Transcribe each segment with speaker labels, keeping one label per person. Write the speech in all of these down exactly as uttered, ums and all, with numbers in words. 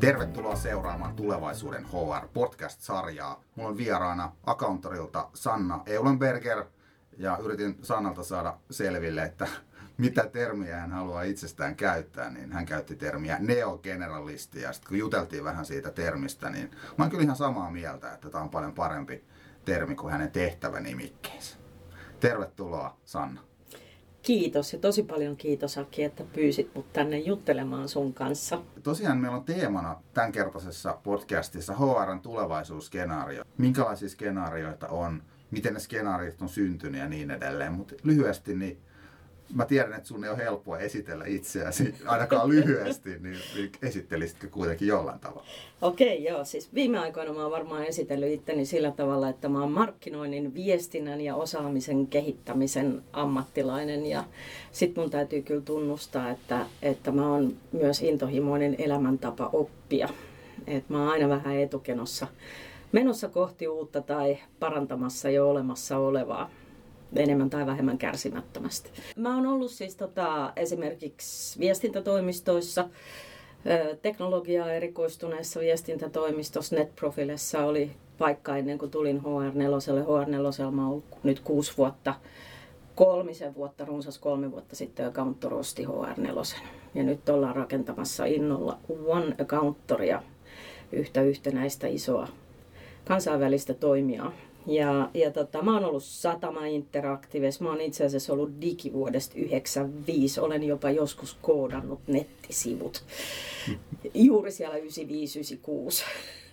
Speaker 1: Tervetuloa seuraamaan Tulevaisuuden H R-podcast-sarjaa. Mulla on vieraana Accountorilta Sanna Eulenberger ja yritin Sannalta saada selville, että mitä termiä hän haluaa itsestään käyttää, niin hän käytti termiä neogeneralisti. Ja sitten kun juteltiin vähän siitä termistä, niin mä oon kyllä ihan samaa mieltä, että tämä on paljon parempi termi kuin hänen tehtävänimikkeensä. Tervetuloa, Sanna.
Speaker 2: Kiitos ja tosi paljon kiitos, Aki, että pyysit mut tänne juttelemaan sun kanssa.
Speaker 1: Tosiaan meillä on teemana tämänkertaisessa podcastissa H R:n tulevaisuusskenaario. Minkälaisia skenaarioita on, miten ne skenaariot on syntynyt ja niin edelleen. Mutta lyhyesti, niin mä tiedän, että sun ei ole helppoa esitellä itseäsi, ainakaan lyhyesti, niin esittelisitkö kuitenkin jollain tavalla?
Speaker 2: Okei, joo. Siis viime aikoina mä oon varmaan esitellyt itteni sillä tavalla, että mä oon markkinoinnin, viestinnän ja osaamisen kehittämisen ammattilainen. Ja sit mun täytyy kyllä tunnustaa, että, että mä oon myös intohimoinen elämäntapa oppia. Et mä oon aina vähän etukenossa menossa kohti uutta tai parantamassa jo olemassa olevaa. Enemmän tai vähemmän kärsimättömästi. Mä oon ollut siis tota, esimerkiksi viestintätoimistoissa, teknologiaa erikoistuneessa viestintätoimistossa, NetProfilessa oli paikka ennen kuin tulin H R neljä. H R neljä mä oon ollut nyt kuusi vuotta, kolmisen vuotta, runsas kolme vuotta sitten Accountor osti H R neljä. Ja nyt ollaan rakentamassa innolla One Accountoria, yhtä yhtenäistä isoa kansainvälistä toimijaa. Ja, ja tota, mä oon ollut Satama Interactives, mä oon itse asiassa ollut digivuodesta yhdeksänkymmentäviisi, olen jopa joskus koodannut nettisivut, juuri siellä yhdeksänkymmentäviisi yhdeksänkymmentäkuusi.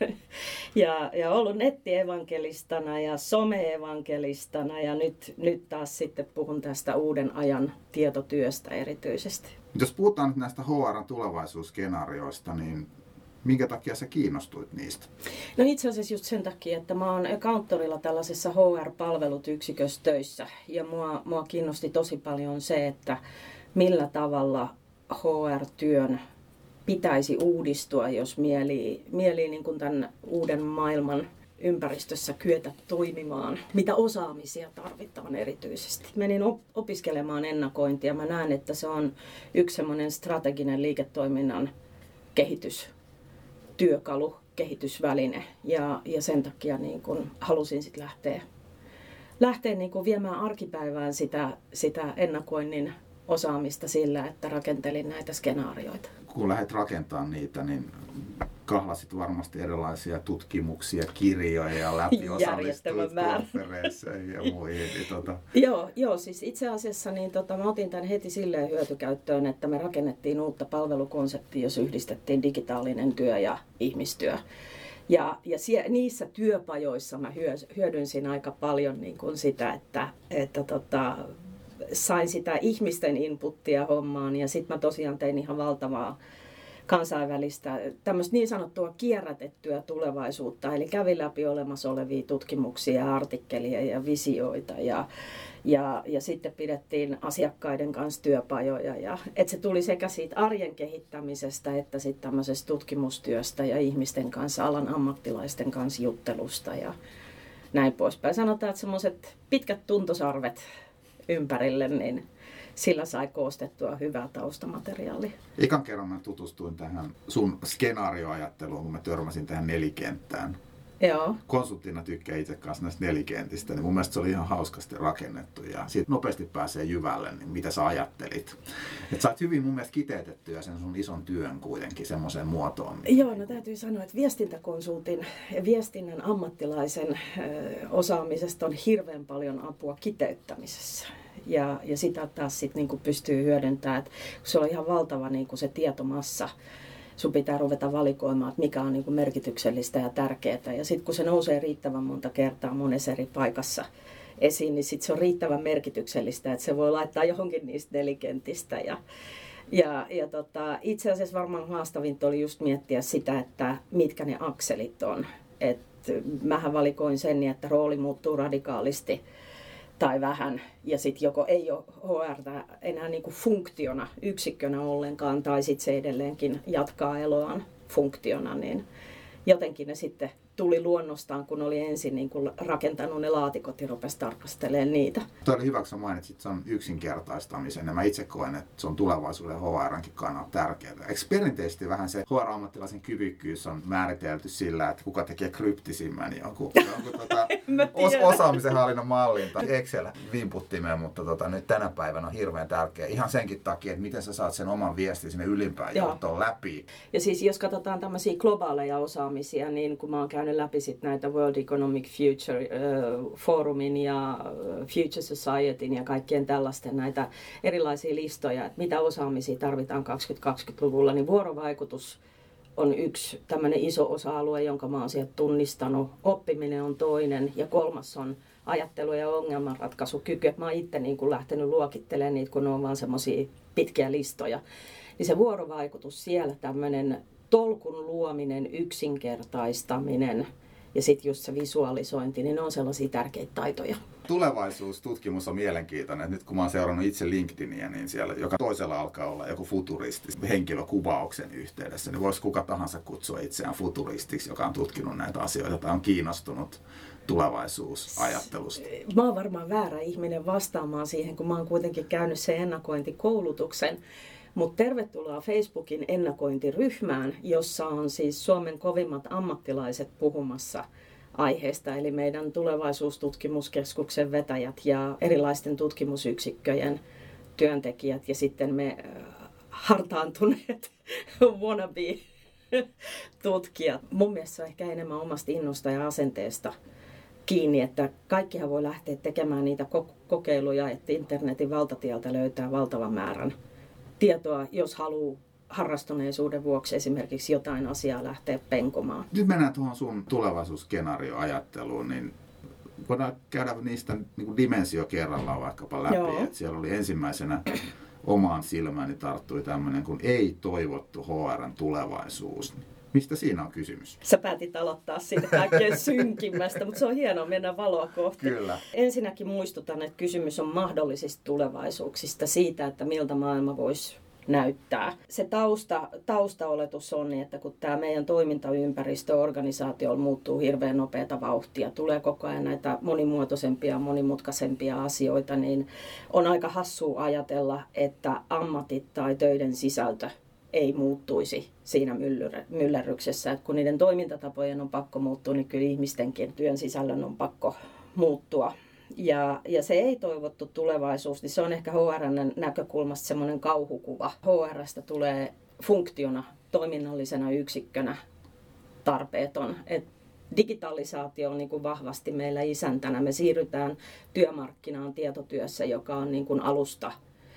Speaker 2: ja, ja ollut nettievankelistana ja some-evankelistana ja nyt, nyt taas sitten puhun tästä uuden ajan tietotyöstä erityisesti.
Speaker 1: Jos puhutaan nyt näistä H R:n tulevaisuusskenaarioista, niin minkä takia sä kiinnostuit niistä?
Speaker 2: No itse asiassa just sen takia, että mä oon Accountorilla tällaisessa H R-palvelut yksikössä töissä. Ja mua, mua kiinnosti tosi paljon se, että millä tavalla H R-työn pitäisi uudistua, jos mielii, mielii niin kuin tämän uuden maailman ympäristössä kyetä toimimaan. Mitä osaamisia tarvitaan erityisesti. Menin opiskelemaan ennakointia. Mä näen, että se on yksi semmoinen strateginen liiketoiminnan kehitys. Työkalu, kehitysväline ja, ja sen takia niin kun halusin sit lähteä, lähteä niin kun viemään arkipäivään sitä, sitä ennakoinnin osaamista sillä, että rakentelin näitä skenaarioita. Kun
Speaker 1: lähdet rakentamaan niitä, niin kahlasit varmasti erilaisia tutkimuksia, kirjoja ja läpi osallistuit konferensseihin ja muihin. Niin tota.
Speaker 2: Joo, joo, siis itse asiassa niin tota, mä otin tämän heti silleen hyötykäyttöön, että me rakennettiin uutta palvelukonseptia, jos yhdistettiin digitaalinen työ ja ihmistyö. Ja, ja sie, niissä työpajoissa mä hyödynsin aika paljon niin kuin sitä, että, että tota, sain sitä ihmisten inputtia hommaan ja sitten mä tosiaan tein ihan valtavaa kansainvälistä, tämmöistä niin sanottua kierrätettyä tulevaisuutta, eli kävin läpi olemassa olevia tutkimuksia, artikkeleja ja visioita ja, ja, ja sitten pidettiin asiakkaiden kanssa työpajoja. Ja, että se tuli sekä siitä arjen kehittämisestä että sitten tämmöisestä tutkimustyöstä ja ihmisten kanssa, alan ammattilaisten kanssa juttelusta ja näin poispäin. Sanotaan, että semmoiset pitkät tuntosarvet ympärille, niin sillä sai koostettua hyvää taustamateriaalia.
Speaker 1: Ekan kerran mä tutustuin tähän sun skenaarioajatteluun, kun mä törmäsin tähän nelikenttään.
Speaker 2: Joo.
Speaker 1: Konsulttina tykkää itse kanssa näistä nelikentistä, niin mun mielestä se oli ihan hauskasti rakennettu ja siitä nopeasti pääsee jyvälle, niin mitä sä ajattelit. Että sä oot hyvin mun mielestä kiteytettyä sen sun ison työn kuitenkin semmoiseen muotoon.
Speaker 2: Joo, no täytyy sanoa, että viestintäkonsultin ja viestinnän ammattilaisen osaamisesta on hirveän paljon apua kiteyttämisessä. Ja, ja sitä taas sit niinku pystyy hyödyntämään, että se on ihan valtava niinku se tietomassa. Sun pitää ruveta valikoimaan, että mikä on niinku merkityksellistä ja tärkeää. Ja sitten kun se nousee riittävän monta kertaa monessa eri paikassa esiin, niin sitten se on riittävän merkityksellistä, että se voi laittaa johonkin niistä nelikentistä. Ja, ja, ja tota, itse asiassa varmaan haastavinta oli just miettiä sitä, että mitkä ne akselit on. Et mähän valikoin sen niin, että rooli muuttuu radikaalisti tai vähän, ja sitten joko ei ole H R:tä enää niinku funktiona, yksikkönä ollenkaan, tai sitten se edelleenkin jatkaa eloaan funktiona, niin jotenkin ne sitten tuli luonnostaan, kun oli ensin niin kuin rakentanut ne laatikot ja rupesi tarkastelemaan niitä.
Speaker 1: Tuo oli hyvä, kun sä mainitsit, että se on yksinkertaistamisen, ja mä itse koen, että se on tulevaisuuden H R:nkin kannalta tärkeää. Eikö perinteisesti vähän se H R-ammattilaisen kyvykkyys on määritelty sillä, että kuka tekee kryptisimmän jonkun, jonkun tota, os, osaamisen hallinnan mallin tai Excel-vimputtimeen, mutta tota, nyt tänä päivänä on hirveän tärkeä ihan senkin takia, että miten sä saat sen oman viestin sinne ylimpään johtoon läpi.
Speaker 2: Ja siis jos katsotaan tämmöisiä globaaleja osaamisia, niin kun mä oon käynyt läpi sit näitä World Economic Future uh, Forumin ja Future Societyn ja kaikkien tällaisten näitä erilaisia listoja, että mitä osaamisia tarvitaan kaksituhattakaksikymmentäluvulla, niin vuorovaikutus on yksi tämmöinen iso osa-alue, jonka mä oon sieltä tunnistanut. Oppiminen on toinen ja kolmas on ajattelu- ja ongelmanratkaisukyky. Mä oon itse niin kun lähtenyt luokittelemaan niitä, kun ne on vaan semmoisia pitkiä listoja. Niin se vuorovaikutus siellä, tämmöinen tolkun luominen, yksinkertaistaminen ja sitten just se visualisointi, niin ne on sellaisia tärkeitä taitoja.
Speaker 1: Tulevaisuustutkimus on mielenkiintoinen. Nyt kun mä oon seurannut itse LinkedInia, niin siellä joka toisella alkaa olla joku futuristi henkilökuvauksen yhteydessä. Niin voisi kuka tahansa kutsua itseään futuristiksi, joka on tutkinut näitä asioita tai on kiinnostunut tulevaisuusajattelusta.
Speaker 2: Mä oon varmaan väärä ihminen vastaamaan siihen, kun mä oon kuitenkin käynyt sen ennakointikoulutuksen. Mutta tervetuloa Facebookin ennakointiryhmään, jossa on siis Suomen kovimmat ammattilaiset puhumassa aiheesta, eli meidän tulevaisuustutkimuskeskuksen vetäjät ja erilaisten tutkimusyksikköjen työntekijät ja sitten me hartaantuneet wannabe-tutkijat. Mun mielestä se on ehkä enemmän omasta innosta ja asenteesta kiinni, että kaikkihan voi lähteä tekemään niitä kokeiluja, että internetin valtatieltä löytää valtavan määrän tietoa, jos haluaa harrastuneisuuden vuoksi esimerkiksi jotain asiaa lähteä penkomaan.
Speaker 1: Nyt mennään tuohon sun tulevaisuusskenaarioajatteluun, niin voidaan käydä niistä niin kuin dimensio kerrallaan vaikkapa läpi. Että siellä oli ensimmäisenä omaan silmääni tarttui tämmöinen kuin ei-toivottu H R:n tulevaisuus. Mistä siinä on kysymys?
Speaker 2: Sä päätit aloittaa siitä kaikkein synkimmästä, mutta se on hienoa mennä valoa kohti.
Speaker 1: Kyllä.
Speaker 2: Ensinnäkin muistutan, että kysymys on mahdollisista tulevaisuuksista, siitä, että miltä maailma voisi näyttää. Se tausta, taustaoletus on, että kun tämä meidän toimintaympäristö organisaatio muuttuu hirveän nopeata vauhtia, tulee koko ajan näitä monimuotoisempia ja monimutkaisempia asioita, niin on aika hassua ajatella, että ammatit tai töiden sisältö ei muuttuisi siinä myllerryksessä. Että kun niiden toimintatapojen on pakko muuttua, niin kyllä ihmistenkin työn sisällön on pakko muuttua. Ja, ja se ei-toivottu tulevaisuus, niin se on ehkä H R:n näkökulmasta semmoinen kauhukuva. H R:stä tulee funktiona, toiminnallisena yksikkönä tarpeeton. Et digitalisaatio on niin kuin vahvasti meillä isäntänä. Me siirrytään työmarkkinaan tietotyössä, joka on niin kuin alusta,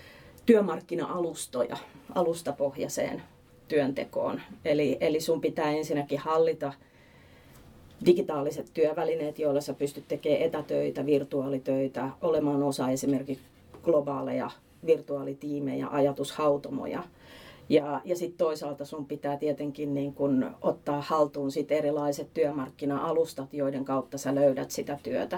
Speaker 2: työmarkkina-alustoja, alustapohjaiseen työntekoon. Eli, eli sun pitää ensinnäkin hallita digitaaliset työvälineet, joilla sä pystyt tekemään etätöitä, virtuaalitöitä, olemaan osa esimerkiksi globaaleja virtuaalitiimejä, ajatushautomoja. Ja, ja sitten toisaalta sun pitää tietenkin niin kun ottaa haltuun sit erilaiset työmarkkina-alustat, joiden kautta sä löydät sitä työtä.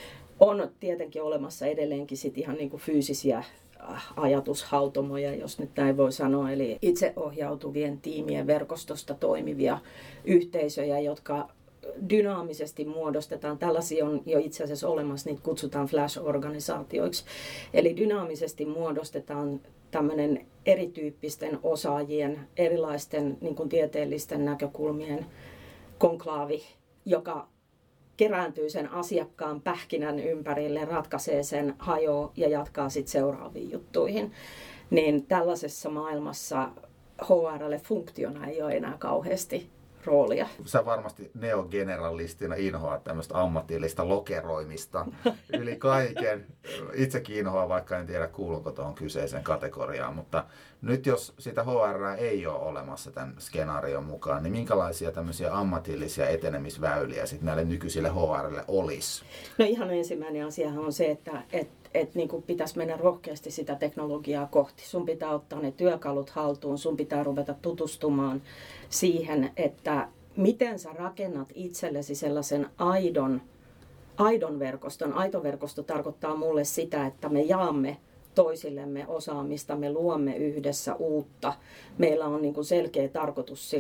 Speaker 2: On tietenkin olemassa edelleenkin sit ihan niin kuin fyysisiä ajatushautomoja, jos nyt näin voi sanoa, eli itseohjautuvien tiimien verkostosta toimivia yhteisöjä, jotka dynaamisesti muodostetaan. Tällaisia on jo itse asiassa olemassa, niitä kutsutaan flash-organisaatioiksi. Eli dynaamisesti muodostetaan tämmöinen erityyppisten osaajien, erilaisten niin kuin tieteellisten näkökulmien konklaavi, joka kerääntyy sen asiakkaan pähkinän ympärille, ratkaisee sen, hajoaa ja jatkaa sitten seuraaviin juttuihin. Niin tällaisessa maailmassa H R:lle funktiona ei ole enää kauheasti roolia.
Speaker 1: Sä varmasti neogeneralistina inhoat tämmöistä ammatillista lokeroimista yli kaiken. Itsekin inhoan, vaikka en tiedä kuuluuko tuohon kyseiseen kategoriaan, mutta nyt jos sitä H R ei ole olemassa tämän skenaarion mukaan, niin minkälaisia tämmöisiä ammatillisia etenemisväyliä sitten näille nykyisille H R:lle olisi?
Speaker 2: No ihan ensimmäinen asia on se, että et, et niin kuin pitäisi mennä rohkeasti sitä teknologiaa kohti. Sun pitää ottaa ne työkalut haltuun, sun pitää ruveta tutustumaan siihen, että miten sä rakennat itsellesi sellaisen aidon, aidon verkoston. Aito verkosto tarkoittaa mulle sitä, että me jaamme toisillemme osaamista, me luomme yhdessä uutta. Meillä on niin kuin selkeä tarkoitus sille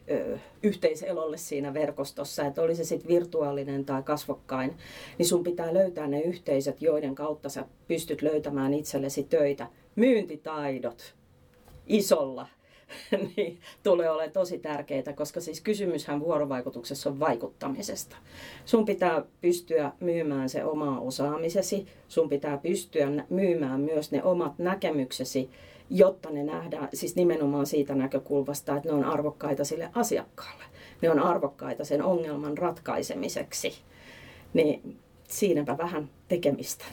Speaker 2: ö, yhteiselolle siinä verkostossa, että oli se sitten virtuaalinen tai kasvokkain, niin sun pitää löytää ne yhteisöt, joiden kautta sä pystyt löytämään itsellesi töitä. Myyntitaidot isolla niin tulee olemaan tosi tärkeää, koska siis kysymyshän vuorovaikutuksessa on vaikuttamisesta. Sun pitää pystyä myymään se oma osaamisesi, sun pitää pystyä myymään myös ne omat näkemyksesi, jotta ne nähdään, siis nimenomaan siitä näkökulmasta, että ne on arvokkaita sille asiakkaalle. Ne on arvokkaita sen ongelman ratkaisemiseksi. Niin siinäpä vähän tekemistä.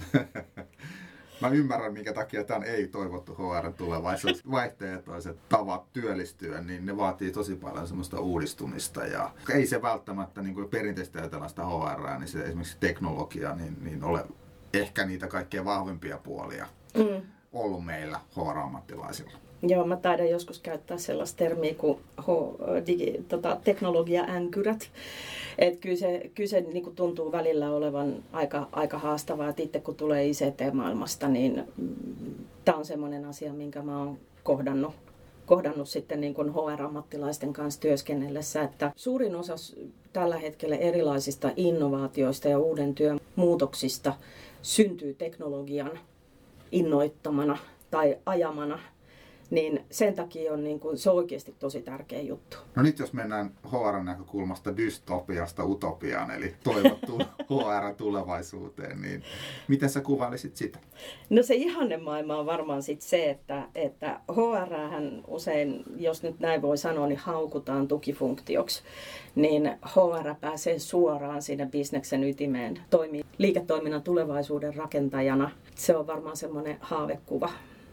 Speaker 1: Mä ymmärrän, minkä takia tämän ei-toivottu H R-tulevaisuus, vaihtoehtoiset tavat työllistyä, niin ne vaatii tosi paljon semmoista uudistumista. Ja ei se välttämättä niin kuin perinteistä ajatellaan sitä H R, niin se esimerkiksi teknologia, niin, niin ole ehkä niitä kaikkein vahvempia puolia mm. ollut meillä H R-ammattilaisilla.
Speaker 2: Joo, mä taidan joskus käyttää sellaista termiä kuin ho, digi, tota, teknologia-änkyrät. Että kyllä se, kyllä se niin kuin tuntuu välillä olevan aika, aika haastavaa, että itse kun tulee I C T-maailmasta, niin tämä on semmoinen asia, minkä mä oon kohdannut, kohdannut sitten niin kuin H R-ammattilaisten kanssa työskennellessä, että suurin osa tällä hetkellä erilaisista innovaatioista ja uuden työn muutoksista syntyy teknologian innoittamana tai ajamana. Niin sen takia on, niin kuin, se on oikeasti tosi tärkeä juttu.
Speaker 1: No nyt jos mennään H R-näkökulmasta dystopiasta utopiaan, eli toivottuun H R-tulevaisuuteen, niin miten sä kuvailisit sitä?
Speaker 2: No se ihannemaailma on varmaan sit se, että, että H R:hän usein, jos nyt näin voi sanoa, niin haukutaan tukifunktioksi. Niin H R pääsee suoraan siinä bisneksen ytimeen, toimii liiketoiminnan tulevaisuuden rakentajana. Se on varmaan semmoinen haavekuva,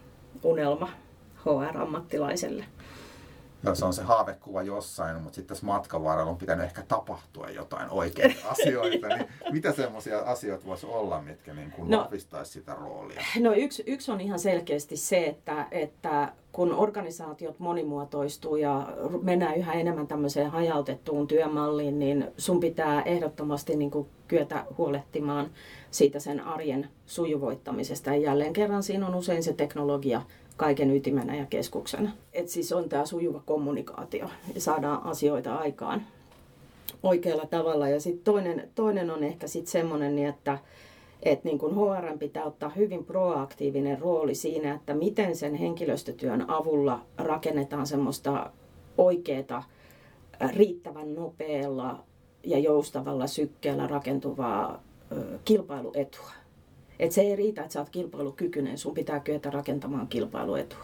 Speaker 2: unelma H R-ammattilaiselle.
Speaker 1: Joo, se on se haavekuva jossain, mutta sitten tässä matkan varrella on pitänyt ehkä tapahtua jotain oikeita asioita. Niin mitä semmoisia asioita voisi olla, mitkä niin kuin no, vahvistaisi sitä roolia?
Speaker 2: No yksi, yksi on ihan selkeästi se, että, että kun organisaatiot monimuotoistuu ja mennään yhä enemmän tämmöiseen hajautettuun työmalliin, niin sun pitää ehdottomasti niin kuin kyetä huolehtimaan siitä sen arjen sujuvoittamisesta. Ja jälleen kerran siinä on usein se teknologia kaiken ytimenä ja keskuksena. Et siis on tämä sujuva kommunikaatio ja saadaan asioita aikaan oikealla tavalla. Ja sitten toinen, toinen on ehkä sitten semmoinen, että et niin kun H R pitää ottaa hyvin proaktiivinen rooli siinä, että miten sen henkilöstötyön avulla rakennetaan semmoista oikeaa, riittävän nopealla ja joustavalla sykkeellä rakentuvaa ö, kilpailuetua. Että se ei riitä, että sä oot kilpailukykyinen, sun pitää kyetä rakentamaan kilpailuetua.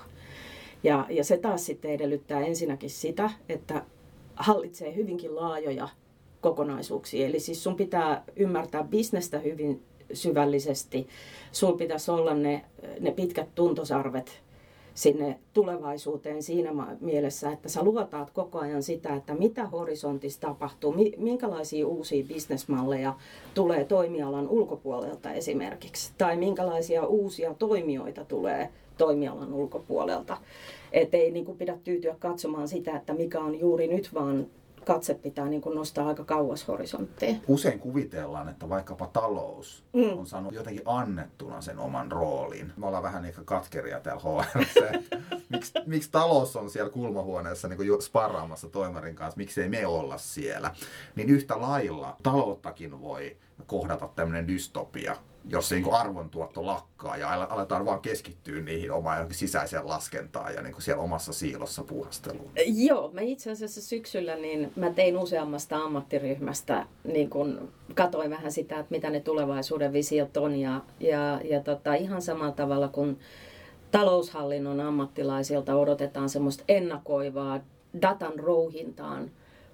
Speaker 2: Ja, ja se taas sitten edellyttää ensinnäkin sitä, että hallitsee hyvinkin laajoja kokonaisuuksia. Eli siis sun pitää ymmärtää bisnestä hyvin syvällisesti. Sun pitäisi olla ne, ne pitkät tuntosarvet sinne tulevaisuuteen siinä mielessä, että sä luotaat koko ajan sitä, että mitä horisontissa tapahtuu, minkälaisia uusia bisnesmalleja tulee toimialan ulkopuolelta esimerkiksi, tai minkälaisia uusia toimijoita tulee toimialan ulkopuolelta. Et ei niin kuin pidä tyytyä katsomaan sitä, että mikä on juuri nyt, vaan katse pitää niin kuin nostaa aika kauas horisonttiin.
Speaker 1: Usein kuvitellaan, että vaikkapa talous mm. on saanut jotenkin annettuna sen oman roolin. Me ollaan vähän ehkä katkeria täällä H R:ssä. Miksi, miksi talous on siellä kulmahuoneessa niin kuin sparraamassa toimarin kanssa, miksi ei me olla siellä? Niin yhtä lailla talouttakin voi kohdata tämmöinen dystopia, jos se niin kuin arvontuotto lakkaa ja aletaan vaan keskittyä niihin omaan sisäiseen laskentaan ja niin kuin siellä omassa siilossa puuhasteluun.
Speaker 2: Joo, mä itse asiassa syksyllä niin mä tein useammasta ammattiryhmästä, niin kun katoin vähän sitä, että mitä ne tulevaisuuden visiot on ja, ja, ja tota, ihan samalla tavalla kuin taloushallinnon ammattilaisilta odotetaan semmoista ennakoivaa datan rouhintaan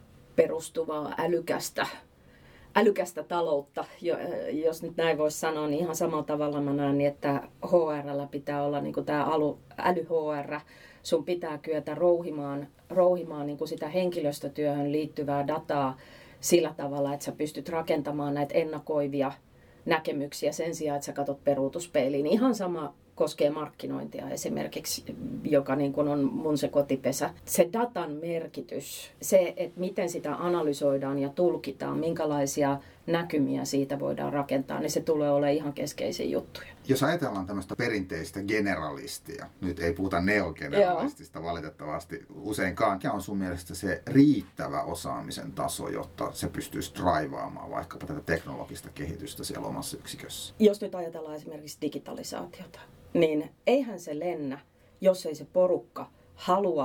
Speaker 2: perustuvaa älykästä älykästä taloutta, jos nyt näin voisi sanoa, niin ihan samalla tavalla mä näen, että H R:llä pitää olla niin kuin tämä äly-H R. Sun pitää kyetä rouhimaan, rouhimaan niin kuin sitä henkilöstötyöhön liittyvää dataa sillä tavalla, että sä pystyt rakentamaan näitä ennakoivia näkemyksiä sen sijaan, että sä katot peruutuspeiliin. Ihan sama koskee markkinointia esimerkiksi, joka niin kuin on mun se kotipesä. Se datan merkitys, se, että miten sitä analysoidaan ja tulkitaan, minkälaisia näkymiä siitä voidaan rakentaa, niin se tulee olemaan ihan keskeisiä juttuja.
Speaker 1: Jos ajatellaan tämmöistä perinteistä generalistia, nyt ei puhuta neogeneralistista Joo. valitettavasti useinkaan, mikä on sun mielestä se riittävä osaamisen taso, jotta se pystyisi draivaamaan vaikkapa tätä teknologista kehitystä siellä omassa yksikössä?
Speaker 2: Jos nyt ajatellaan esimerkiksi digitalisaatiota, niin eihän se lennä, jos ei se porukka halua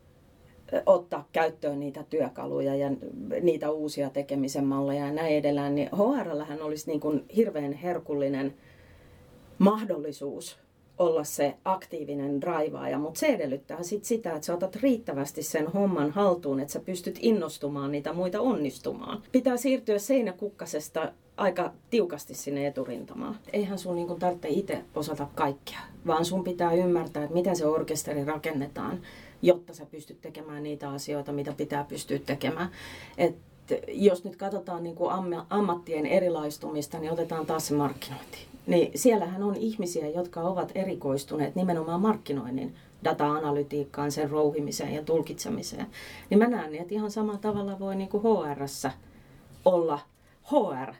Speaker 2: ottaa käyttöön niitä työkaluja ja niitä uusia tekemisen malleja ja näin edelleen, niin H R:llähän olisi niin kuin hirveän herkullinen mahdollisuus olla se aktiivinen draivaaja, mutta se edellyttää sit sitä, että sä otat riittävästi sen homman haltuun, että sä pystyt innostumaan niitä muita onnistumaan. Pitää siirtyä seinäkukkasesta aika tiukasti sinne eturintamaan. Eihän sun niin kun tarvitse itse osata kaikkea, vaan sun pitää ymmärtää, että miten se orkesteri rakennetaan, jotta sä pystyt tekemään niitä asioita, mitä pitää pystyä tekemään. Et jos nyt katsotaan niin kuin ammattien erilaistumista, niin otetaan taas se markkinointi. Niin siellähän on ihmisiä, jotka ovat erikoistuneet nimenomaan markkinoinnin data-analytiikkaan, sen rouhimiseen ja tulkitsemiseen. Niin mä näen, että ihan samalla tavalla voi niin kuin H R:ssä olla H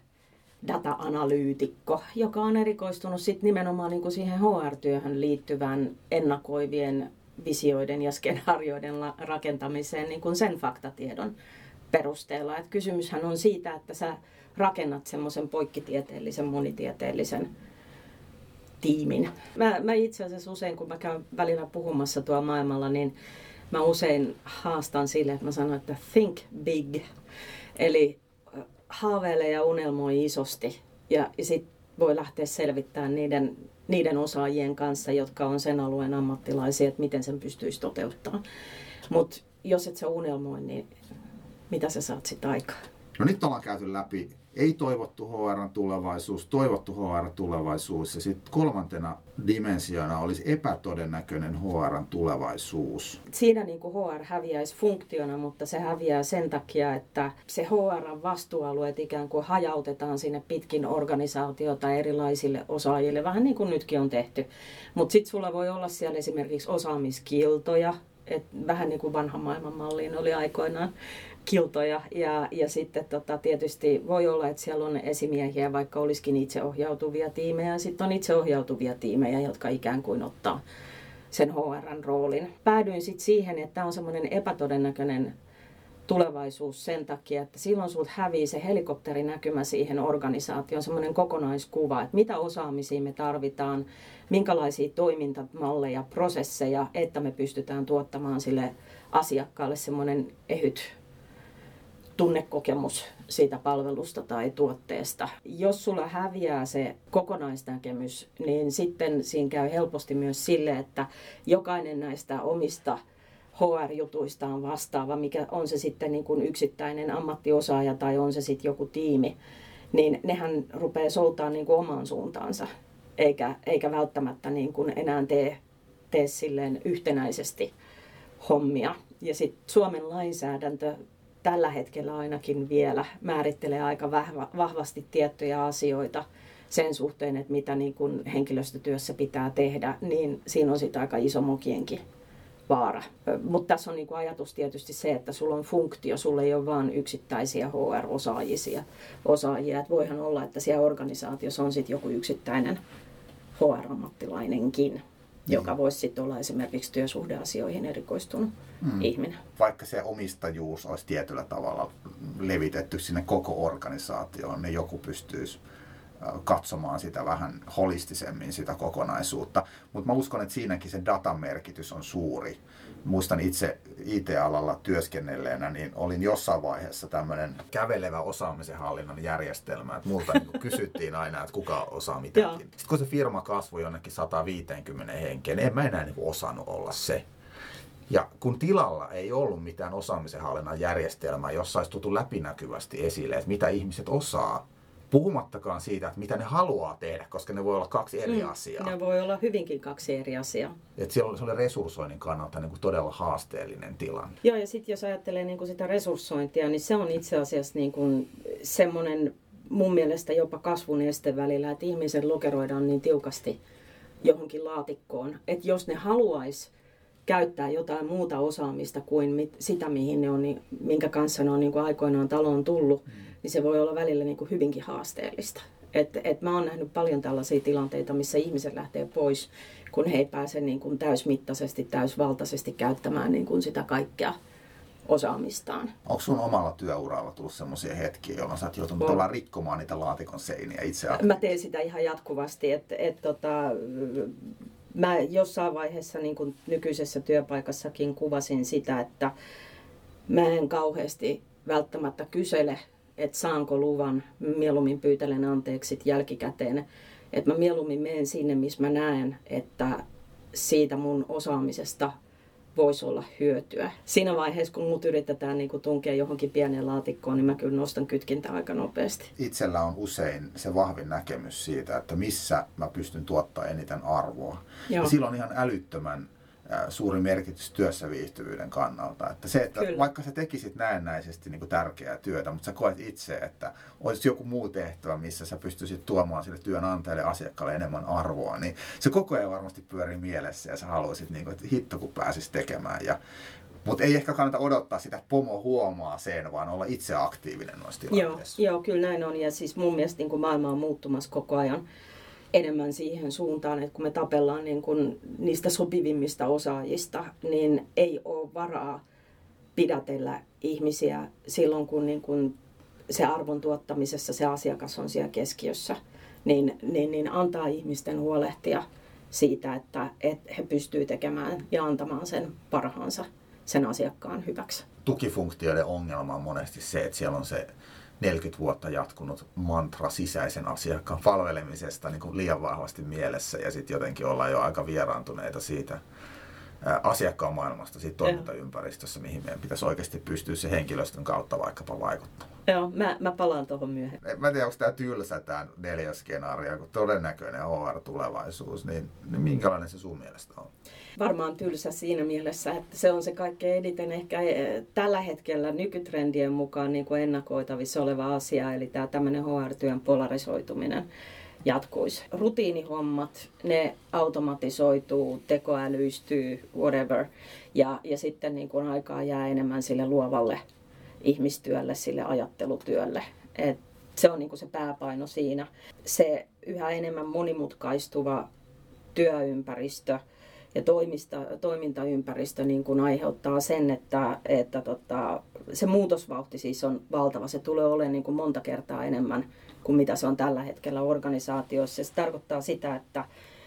Speaker 2: R-data-analyytikko, joka on erikoistunut sit nimenomaan niin kuin siihen H R-työhön liittyvään ennakoivien visioiden ja skenaarioiden rakentamiseen niin kuin sen faktatiedon perusteella. Et kysymyshän on siitä, että sä rakennat semmoisen poikkitieteellisen, monitieteellisen tiimin. Mä, mä itse asiassa usein, kun mä käyn välillä puhumassa tuolla maailmalla, niin mä usein haastan sille, että mä sanon, että think big. Eli haaveile ja unelmoi isosti ja, ja sit voi lähteä selvittämään niiden, niiden osaajien kanssa, jotka on sen alueen ammattilaisia, että miten sen pystyisi toteuttamaan. Mutta jos et sä unelmoi, niin mitä sä saat sit aikaa?
Speaker 1: No nyt ollaan käyty läpi ei-toivottu H R:n tulevaisuus, toivottu H R:n tulevaisuus ja sitten kolmantena dimensiona olisi epätodennäköinen H R:n tulevaisuus.
Speaker 2: Siinä niin kuin H R häviäisi funktiona, mutta se häviää sen takia, että se H R:n vastuualueet ikään kuin hajautetaan sinne pitkin organisaatiota erilaisille osaajille, vähän niin kuin nytkin on tehty. Mutta sitten sulla voi olla siellä esimerkiksi osaamiskiltoja, et vähän niin kuin vanhan maailman malliin oli aikoinaan kiltoja ja, ja sitten tota, tietysti voi olla, että siellä on esimiehiä, vaikka olisikin itseohjautuvia tiimejä ja sitten on itseohjautuvia tiimejä, jotka ikään kuin ottaa sen H R:n roolin. Päädyin sitten siihen, että tämä on semmoinen epätodennäköinen tulevaisuus sen takia, että silloin sulta hävii se helikopterinäkymä siihen organisaatioon, semmoinen kokonaiskuva, että mitä osaamisia me tarvitaan, minkälaisia toimintamalleja, prosesseja, että me pystytään tuottamaan sille asiakkaalle semmoinen ehyt tunnekokemus siitä palvelusta tai tuotteesta. Jos sulla häviää se kokonaisnäkemys, niin sitten siinä käy helposti myös sille, että jokainen näistä omista H R-jutuista on vastaava, mikä on se sitten niin kuin yksittäinen ammattiosaaja tai on se sitten joku tiimi, niin nehän rupeaa soutaa niin kuin omaan suuntaansa, eikä, eikä välttämättä niin kuin enää tee, tee silleen yhtenäisesti hommia. Ja sitten Suomen lainsäädäntö tällä hetkellä ainakin vielä määrittelee aika vahva, vahvasti tiettyjä asioita sen suhteen, että mitä niin kuin henkilöstötyössä pitää tehdä, niin siinä on sitten aika iso mokienkin vaara. Mutta tässä on niinku ajatus tietysti se, että sulla on funktio, sulla ei ole vain yksittäisiä H R-osaajia. Osaajia. Et voihan olla, että siellä organisaatiossa on sitten joku yksittäinen H R-ammattilainenkin, mm. joka voisi sitten olla esimerkiksi työsuhdeasioihin erikoistunut mm. ihminen.
Speaker 1: Vaikka se omistajuus olisi tietyllä tavalla levitetty sinne koko organisaatioon, niin joku pystyisi katsomaan sitä vähän holistisemmin, sitä kokonaisuutta. Mutta mä uskon, että siinäkin se datan merkitys on suuri. Muistan itse I T-alalla työskennelleenä, niin olin jossain vaiheessa tämmöinen kävelevä osaamisen hallinnan järjestelmä. Et multa niin kysyttiin aina, että kuka osaa mitäkin. Sitten kun se firma kasvoi jonnekin sata viisikymmentä henkeen, en mä enää niin osannut olla se. Ja kun tilalla ei ollut mitään osaamisen hallinnan järjestelmää, jossa olisi tultu läpinäkyvästi esille, että mitä ihmiset osaa, puhumattakaan siitä, että mitä ne haluaa tehdä, koska ne voi olla kaksi eri mm, asiaa.
Speaker 2: Ne voi olla hyvinkin kaksi eri asiaa.
Speaker 1: Että se oli resurssoinnin kannalta niin kuin todella haasteellinen tilanne.
Speaker 2: Joo, ja sitten jos ajattelee niin kuin sitä resurssointia, niin se on itse asiassa niin kuin semmoinen mun mielestä jopa kasvun este välillä, että ihmiset lokeroidaan niin tiukasti johonkin laatikkoon, että jos ne haluaisi käyttää jotain muuta osaamista kuin mit, sitä, mihin ne on, niin, minkä kanssa ne on niin kuin aikoinaan taloon tullut, mm. niin se voi olla välillä niin kuin hyvinkin haasteellista. Et, et mä oon nähnyt paljon tällaisia tilanteita, missä ihmiset lähtee pois, kun he ei pääse niin kuin täysmittaisesti, täysvaltaisesti käyttämään niin kuin sitä kaikkea osaamistaan.
Speaker 1: Onko sun omalla työuralla tullut sellaisia hetkiä, jolloin sä oot joutunut on. tavallaan rikkomaan niitä laatikon seiniä itse?
Speaker 2: Mä teen sitä ihan jatkuvasti, että et, tota, mä jossain vaiheessa niin kuin nykyisessä työpaikassakin kuvasin sitä, että mä en kauheasti välttämättä kysele, että saanko luvan, mieluummin pyytelen anteeksi jälkikäteen, että mä mieluummin menen sinne, missä mä näen, että siitä mun osaamisesta voisi olla hyötyä. Siinä vaiheessa, kun mut yritetään niin kun tunkea johonkin pieneen laatikkoon, niin mä kyllä nostan kytkintä aika nopeasti.
Speaker 1: Itsellä on usein se vahvin näkemys siitä, että missä mä pystyn tuottamaan eniten arvoa. Joo. Ja sillä on ihan älyttömän suuri merkitys työssä viihtyvyyden kannalta. Että se, että Kyllä. vaikka sä tekisit näennäisesti niin kuin tärkeää työtä, mutta sä koet itse, että olisi joku muu tehtävä, missä sä pystyisit tuomaan sille työnantajalle ja asiakkaalle enemmän arvoa, niin se koko ajan varmasti pyörii mielessä ja sä haluaisit, niin kuin, että hitto kun pääsis tekemään. Ja, mutta ei ehkä kannata odottaa sitä, että pomo huomaa sen, vaan olla itse aktiivinen noissa tilanteissa.
Speaker 2: Joo, joo, kyllä näin on. Ja siis mun mielestä niin kuin maailma on muuttumassa koko ajan enemmän siihen suuntaan, että kun me tapellaan niin kuin niistä sopivimmista osaajista, niin ei ole varaa pidätellä ihmisiä silloin, kun, niin kuin se arvon tuottamisessa se asiakas on siellä keskiössä, niin, niin, niin antaa ihmisten huolehtia siitä, että, että he pystyvät tekemään ja antamaan sen parhaansa sen asiakkaan hyväksi.
Speaker 1: Tukifunktioiden ongelma on monesti se, että siellä on se neljäkymmentä vuotta jatkunut mantra sisäisen asiakkaan palvelemisesta niin kuin liian vahvasti mielessä ja sitten jotenkin ollaan jo aika vieraantuneita siitä ää, asiakkaan maailmasta, siitä toimintaympäristössä, mihin meidän pitäisi oikeasti pystyä se henkilöstön kautta vaikkapa vaikuttamaan.
Speaker 2: Joo, mä, mä palaan tuohon myöhemmin.
Speaker 1: Mä en tiedä, onko tämä tylsä tämä neljäs skenaario, kun todennäköinen H R-tulevaisuus, niin, niin minkälainen se sun mielestä on?
Speaker 2: Varmaan tylsä siinä mielessä, että se on se kaikkein eniten ehkä tällä hetkellä nykytrendien mukaan niin kuin ennakoitavissa oleva asia, eli tämä tämmöinen H R-työn polarisoituminen jatkuisi. Rutiinihommat, ne automatisoituu, tekoälyistyy, whatever, ja, ja sitten niin kuin aikaa jää enemmän sille luovalle ihmistyölle, sille ajattelutyölle. Et se on niin kuin se pääpaino siinä. Se yhä enemmän monimutkaistuva työympäristö ja toimista, toimintaympäristö niin kuin aiheuttaa sen, että, että tota, se muutosvauhti siis on valtava. Se tulee olemaan niin kuin monta kertaa enemmän kuin mitä se on tällä hetkellä organisaatiossa. Se tarkoittaa sitä, että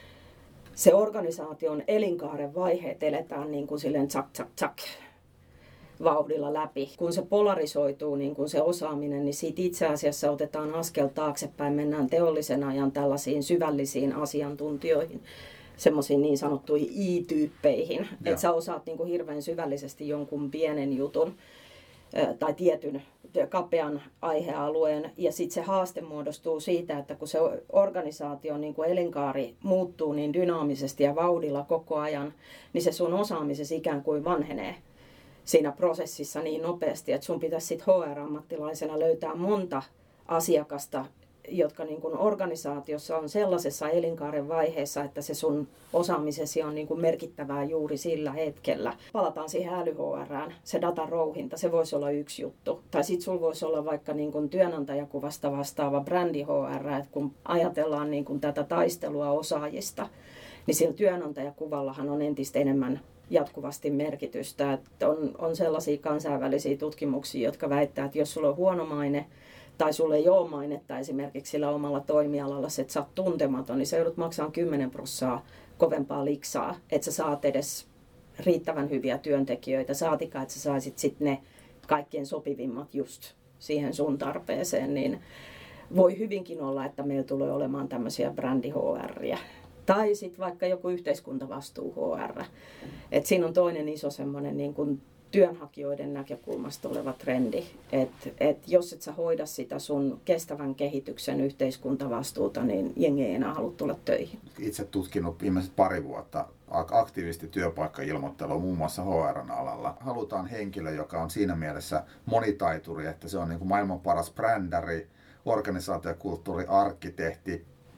Speaker 2: se organisaation elinkaaren vaiheet eletään niin kuin silleen tsak, tsak, tsak vauhdilla läpi. Kun se polarisoituu, niin kun se osaaminen, niin siitä itse asiassa otetaan askel taaksepäin, mennään teollisen ajan tällaisiin syvällisiin asiantuntijoihin, semmoisiin niin sanottuihin I-tyyppeihin, että sä osaat niin kuin hirveän syvällisesti jonkun pienen jutun tai tietyn kapean aihealueen, ja sitten se haaste muodostuu siitä, että kun se organisaation niin kuin elinkaari muuttuu niin dynaamisesti ja vauhdilla koko ajan, niin se sun osaamisesi ikään kuin vanhenee siinä prosessissa niin nopeasti, että sun pitäisi sitten H R-ammattilaisena löytää monta asiakasta, jotka niin kuin organisaatiossa on sellaisessa elinkaaren vaiheessa, että se sun osaamisesi on niin kuin merkittävää juuri sillä hetkellä. Palataan siihen äly-H R:ään, se datan rouhinta, se voisi olla yksi juttu. Tai sitten sulla voisi olla vaikka niin kuin työnantajakuvasta vastaava brändi-H R, että kun ajatellaan niin kuin tätä taistelua osaajista, niin sillä työnantajakuvallahan on entistä enemmän jatkuvasti merkitystä. Että on, on sellaisia kansainvälisiä tutkimuksia, jotka väittää, että jos sulla on huono maine, tai sulle ei ole mainetta esimerkiksi sillä omalla toimialalla, että sä oot tuntematon, niin sä joudut maksamaan kymmenen prosenttia kovempaa liksaa, että sä saat edes riittävän hyviä työntekijöitä, saatika, että sä saisit sitten ne kaikkien sopivimmat just siihen sun tarpeeseen, niin voi hyvinkin olla, että meillä tulee olemaan tämmöisiä brändi-H R:iä. Tai sitten vaikka joku yhteiskuntavastuu H R. Et siinä on toinen iso semmoinen niin kuin työnhakijoiden näkökulmasta oleva trendi, että et jos et sä hoida sitä sun kestävän kehityksen yhteiskuntavastuuta, niin jengi ei enää halua tulla töihin.
Speaker 1: Itse tutkinut viimeiset pari vuotta aktiivisesti työpaikkailmoittelua muun muassa H R:n alalla. Halutaan henkilö, joka on siinä mielessä monitaituri, että se on niin kuin maailman paras brändäri, organisaatiokulttuuri, arkkitehti,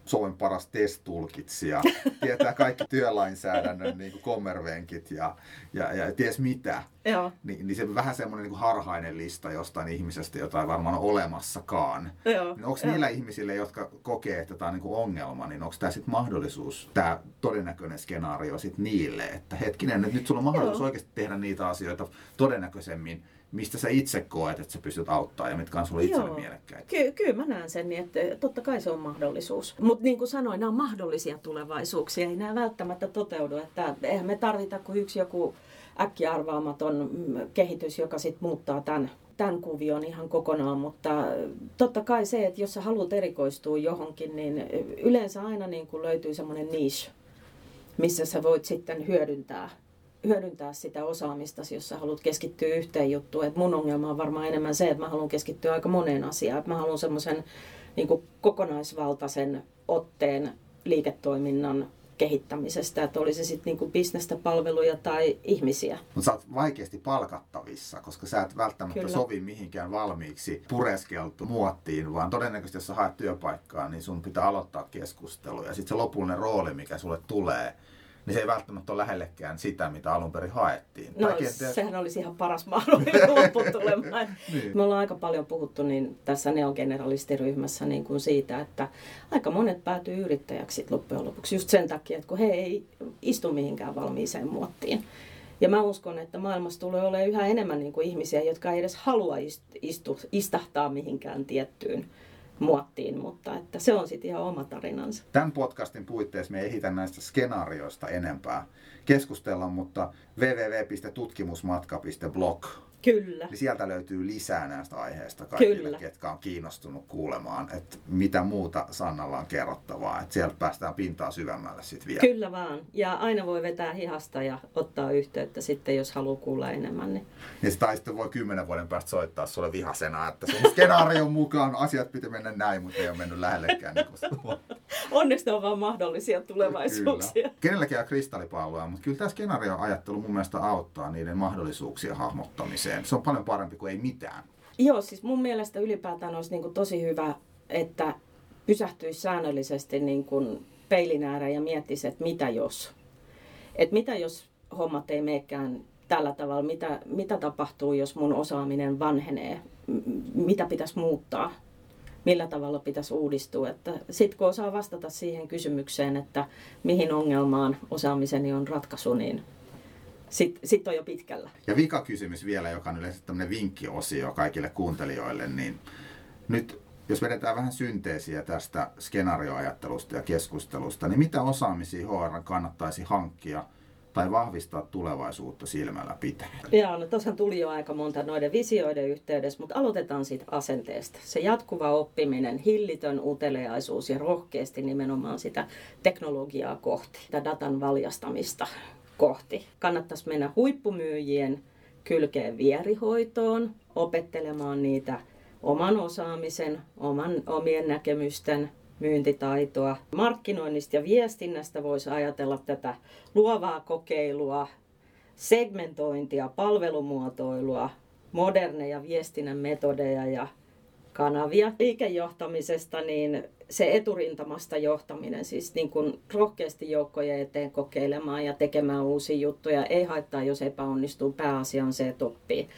Speaker 1: Suomen paras test-tulkitsija, tietää kaikki työlainsäädännön niin kuin kommervenkit ja, ja, ja ties mitä.
Speaker 2: Joo.
Speaker 1: Ni, niin se on vähän semmoinen niin kuin harhainen lista jostain ihmisestä, jota ei varmaan ole olemassakaan.
Speaker 2: Joo.
Speaker 1: Niin onko niillä ihmisille, jotka kokee, että tämä on niin kuin ongelma, niin onko tämä sitten mahdollisuus, tämä todennäköinen skenaario sitten niille, että hetkinen, että nyt sulla on mahdollisuus Joo. oikeasti tehdä niitä asioita todennäköisemmin, mistä sä itse koet, että sä pystyt auttamaan ja mitkä on sulle itselle mielekkäitä?
Speaker 2: Ky- kyllä mä näen sen, niin että totta kai se on mahdollisuus. Mutta niin kuin sanoin, nämä on mahdollisia tulevaisuuksia, ei nämä välttämättä toteudu. Että eihän me tarvita kuin yksi joku äkkiarvaamaton kehitys, joka sitten muuttaa tämän, tämän kuvion ihan kokonaan. Mutta totta kai se, että jos sä haluat erikoistua johonkin, niin yleensä aina niin kuin löytyy semmoinen niche, missä sä voit sitten hyödyntää hyödyntää sitä osaamista, jos sä haluat keskittyä yhteen juttuun. Et mun ongelma on varmaan enemmän se, että mä haluan keskittyä aika moneen asiaan. Et mä haluan semmoisen niin kuin kokonaisvaltaisen otteen liiketoiminnan kehittämisestä, että oli se sitten niin kuin bisnestä, palveluja tai ihmisiä.
Speaker 1: Mutta sä oot vaikeasti palkattavissa, koska sä et välttämättä Kyllä. sovi mihinkään valmiiksi pureskeltu muottiin, vaan todennäköisesti jos sä haet työpaikkaa, niin sun pitää aloittaa keskustelu. Ja sitten se lopullinen rooli, mikä sulle tulee, niin se ei välttämättä ole lähellekään sitä, mitä alun perin haettiin.
Speaker 2: No kenties... sehän olisi ihan paras mahdollinen lopputulema. niin. Me ollaan aika paljon puhuttu niin tässä neogeneralistiryhmässä niin kuin siitä, että aika monet päätyy yrittäjäksi loppujen lopuksi just sen takia, että kun he ei istu mihinkään valmiiseen muottiin. Ja mä uskon, että maailmassa tulee olemaan yhä enemmän niin kuin ihmisiä, jotka ei edes halua istu, istahtaa mihinkään tiettyyn muottiin, mutta että se on sitten ihan oma tarinansa.
Speaker 1: Tämän podcastin puitteissa me ei ehditä näistä skenaarioista enempää keskustella, mutta double-u double-u double-u piste tutkimusmatka piste blog
Speaker 2: Kyllä.
Speaker 1: Niin sieltä löytyy lisää näistä aiheista kaikille,
Speaker 2: Kyllä.
Speaker 1: ketkä on kiinnostunut kuulemaan, että mitä muuta Sannalla on kerrottavaa. Että sieltä päästään pintaa syvemmälle sitten vielä.
Speaker 2: Kyllä vaan. Ja aina voi vetää hihasta ja ottaa yhteyttä sitten, jos haluaa kuulla enemmän. Niin,
Speaker 1: niin tai sitten voi kymmenen vuoden päästä soittaa sulle vihasena, että sun skenaarion mukaan asiat pitää mennä näin, mutta ei ole mennyt lähellekään. Niin
Speaker 2: Onneksi ne on vaan mahdollisia tulevaisuuksia.
Speaker 1: Kyllä. Kenelläkin on kristallipalloa, mutta kyllä tämä skenaarioajattelu mun mielestä auttaa niiden mahdollisuuksien hahmottamiseen. Se on paljon parempi kuin ei mitään.
Speaker 2: Joo, siis mun mielestä ylipäätään olisi niin kuin tosi hyvä, että pysähtyisi säännöllisesti niin kuin peilin ääreen ja miettisi, että mitä jos. Että mitä jos hommat ei meekään tällä tavalla, mitä, mitä tapahtuu, jos mun osaaminen vanhenee, mitä pitäisi muuttaa, millä tavalla pitäisi uudistua. Sitten kun osaa vastata siihen kysymykseen, että mihin ongelmaan osaamiseni on ratkaisu, niin Sitten sit on jo pitkällä.
Speaker 1: Ja vika kysymys vielä, joka on yleensä tämmöinen vinkkiosio kaikille kuuntelijoille, niin nyt jos vedetään vähän synteesiä tästä skenaarioajattelusta ja keskustelusta, niin mitä osaamisia H R kannattaisi hankkia tai vahvistaa tulevaisuutta silmällä pitää?
Speaker 2: Joo, no tuossa tuli jo aika monta noiden visioiden yhteydessä, mutta aloitetaan siitä asenteesta. Se jatkuva oppiminen, hillitön uteliaisuus ja rohkeasti nimenomaan sitä teknologiaa kohti, sitä datan valjastamista kohti. Kannattaisi mennä huippumyyjien kylkeen vierihoitoon, opettelemaan niitä oman osaamisen, oman, omien näkemysten myyntitaitoa. Markkinoinnista ja viestinnästä voisi ajatella tätä luovaa kokeilua, segmentointia, palvelumuotoilua, moderneja viestinnän metodeja ja kanavia. Liikejohtamisesta niin se eturintamasta johtaminen, siis niin kuin rohkeasti joukkojen eteen kokeilemaan ja tekemään uusia juttuja. Ei haittaa, jos epäonnistuu. Pääasia on se, että oppii.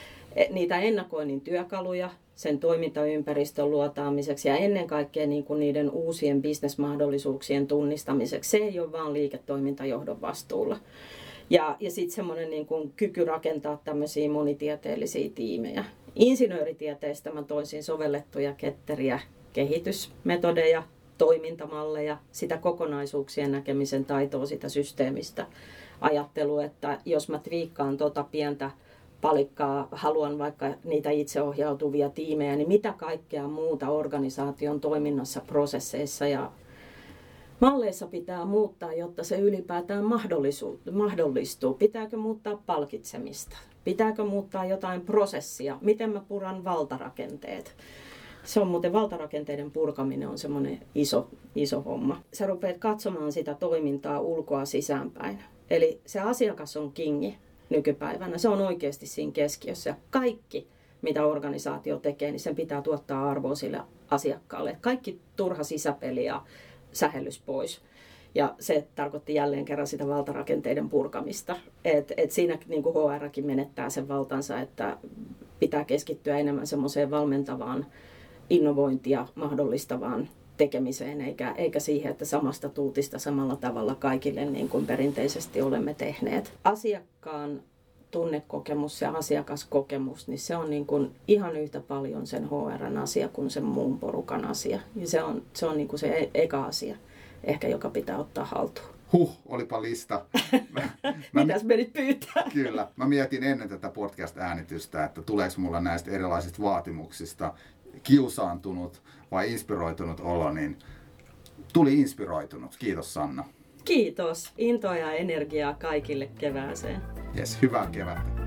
Speaker 2: Niitä ennakoinnin työkaluja sen toimintaympäristön luotaamiseksi ja ennen kaikkea niin kuin niiden uusien bisnesmahdollisuuksien tunnistamiseksi. Se ei ole vaan liiketoimintajohdon vastuulla. Ja, ja sitten semmoinen niin kuin kyky rakentaa tämmöisiä monitieteellisiä tiimejä. Insinööritieteestä mä toisin sovellettuja ketteriä, kehitysmetodeja, toimintamalleja, sitä kokonaisuuksien näkemisen taitoa, sitä systeemistä ajattelua, että jos mä twiikkaan tota pientä palikkaa, haluan vaikka niitä itseohjautuvia tiimejä, niin mitä kaikkea muuta organisaation toiminnassa, prosesseissa ja malleissa pitää muuttaa, jotta se ylipäätään mahdollistuu. Pitääkö muuttaa palkitsemista? Pitääkö muuttaa jotain prosessia? Miten mä puran valtarakenteet? Se on muuten valtarakenteiden purkaminen on semmoinen iso, iso homma. Sä rupeat katsomaan sitä toimintaa ulkoa sisäänpäin. Eli se asiakas on kingi nykypäivänä. Se on oikeasti siinä keskiössä. Kaikki, mitä organisaatio tekee, niin sen pitää tuottaa arvoa sille asiakkaalle. Kaikki turha sisäpeli ja sähellys pois. Ja se tarkoitti jälleen kerran sitä valtarakenteiden purkamista. Et, et siinä niin kuin H R:kin menettää sen valtansa, että pitää keskittyä enemmän semmoiseen valmentavaan, innovointia mahdollistavaan tekemiseen, eikä, eikä siihen, että samasta tuutista samalla tavalla kaikille niin kuin perinteisesti olemme tehneet. Asiakkaan tunnekokemus ja asiakaskokemus, niin se on niin kuin ihan yhtä paljon sen H R:n asia kuin sen muun porukan asia. Ja se on, se on niin kuin se eka asia, ehkä joka pitää ottaa haltuun.
Speaker 1: Huh, olipa lista.
Speaker 2: Mä, Mitäs menit pyytää?
Speaker 1: Kyllä. Mä mietin ennen tätä podcast-äänitystä, että tuleeko mulla näistä erilaisista vaatimuksista kiusaantunut vai inspiroitunut olo, niin tuli inspiroitunut. Kiitos Sanna.
Speaker 2: Kiitos. Intoa ja energiaa kaikille kevääseen.
Speaker 1: Jes, hyvää kevättä.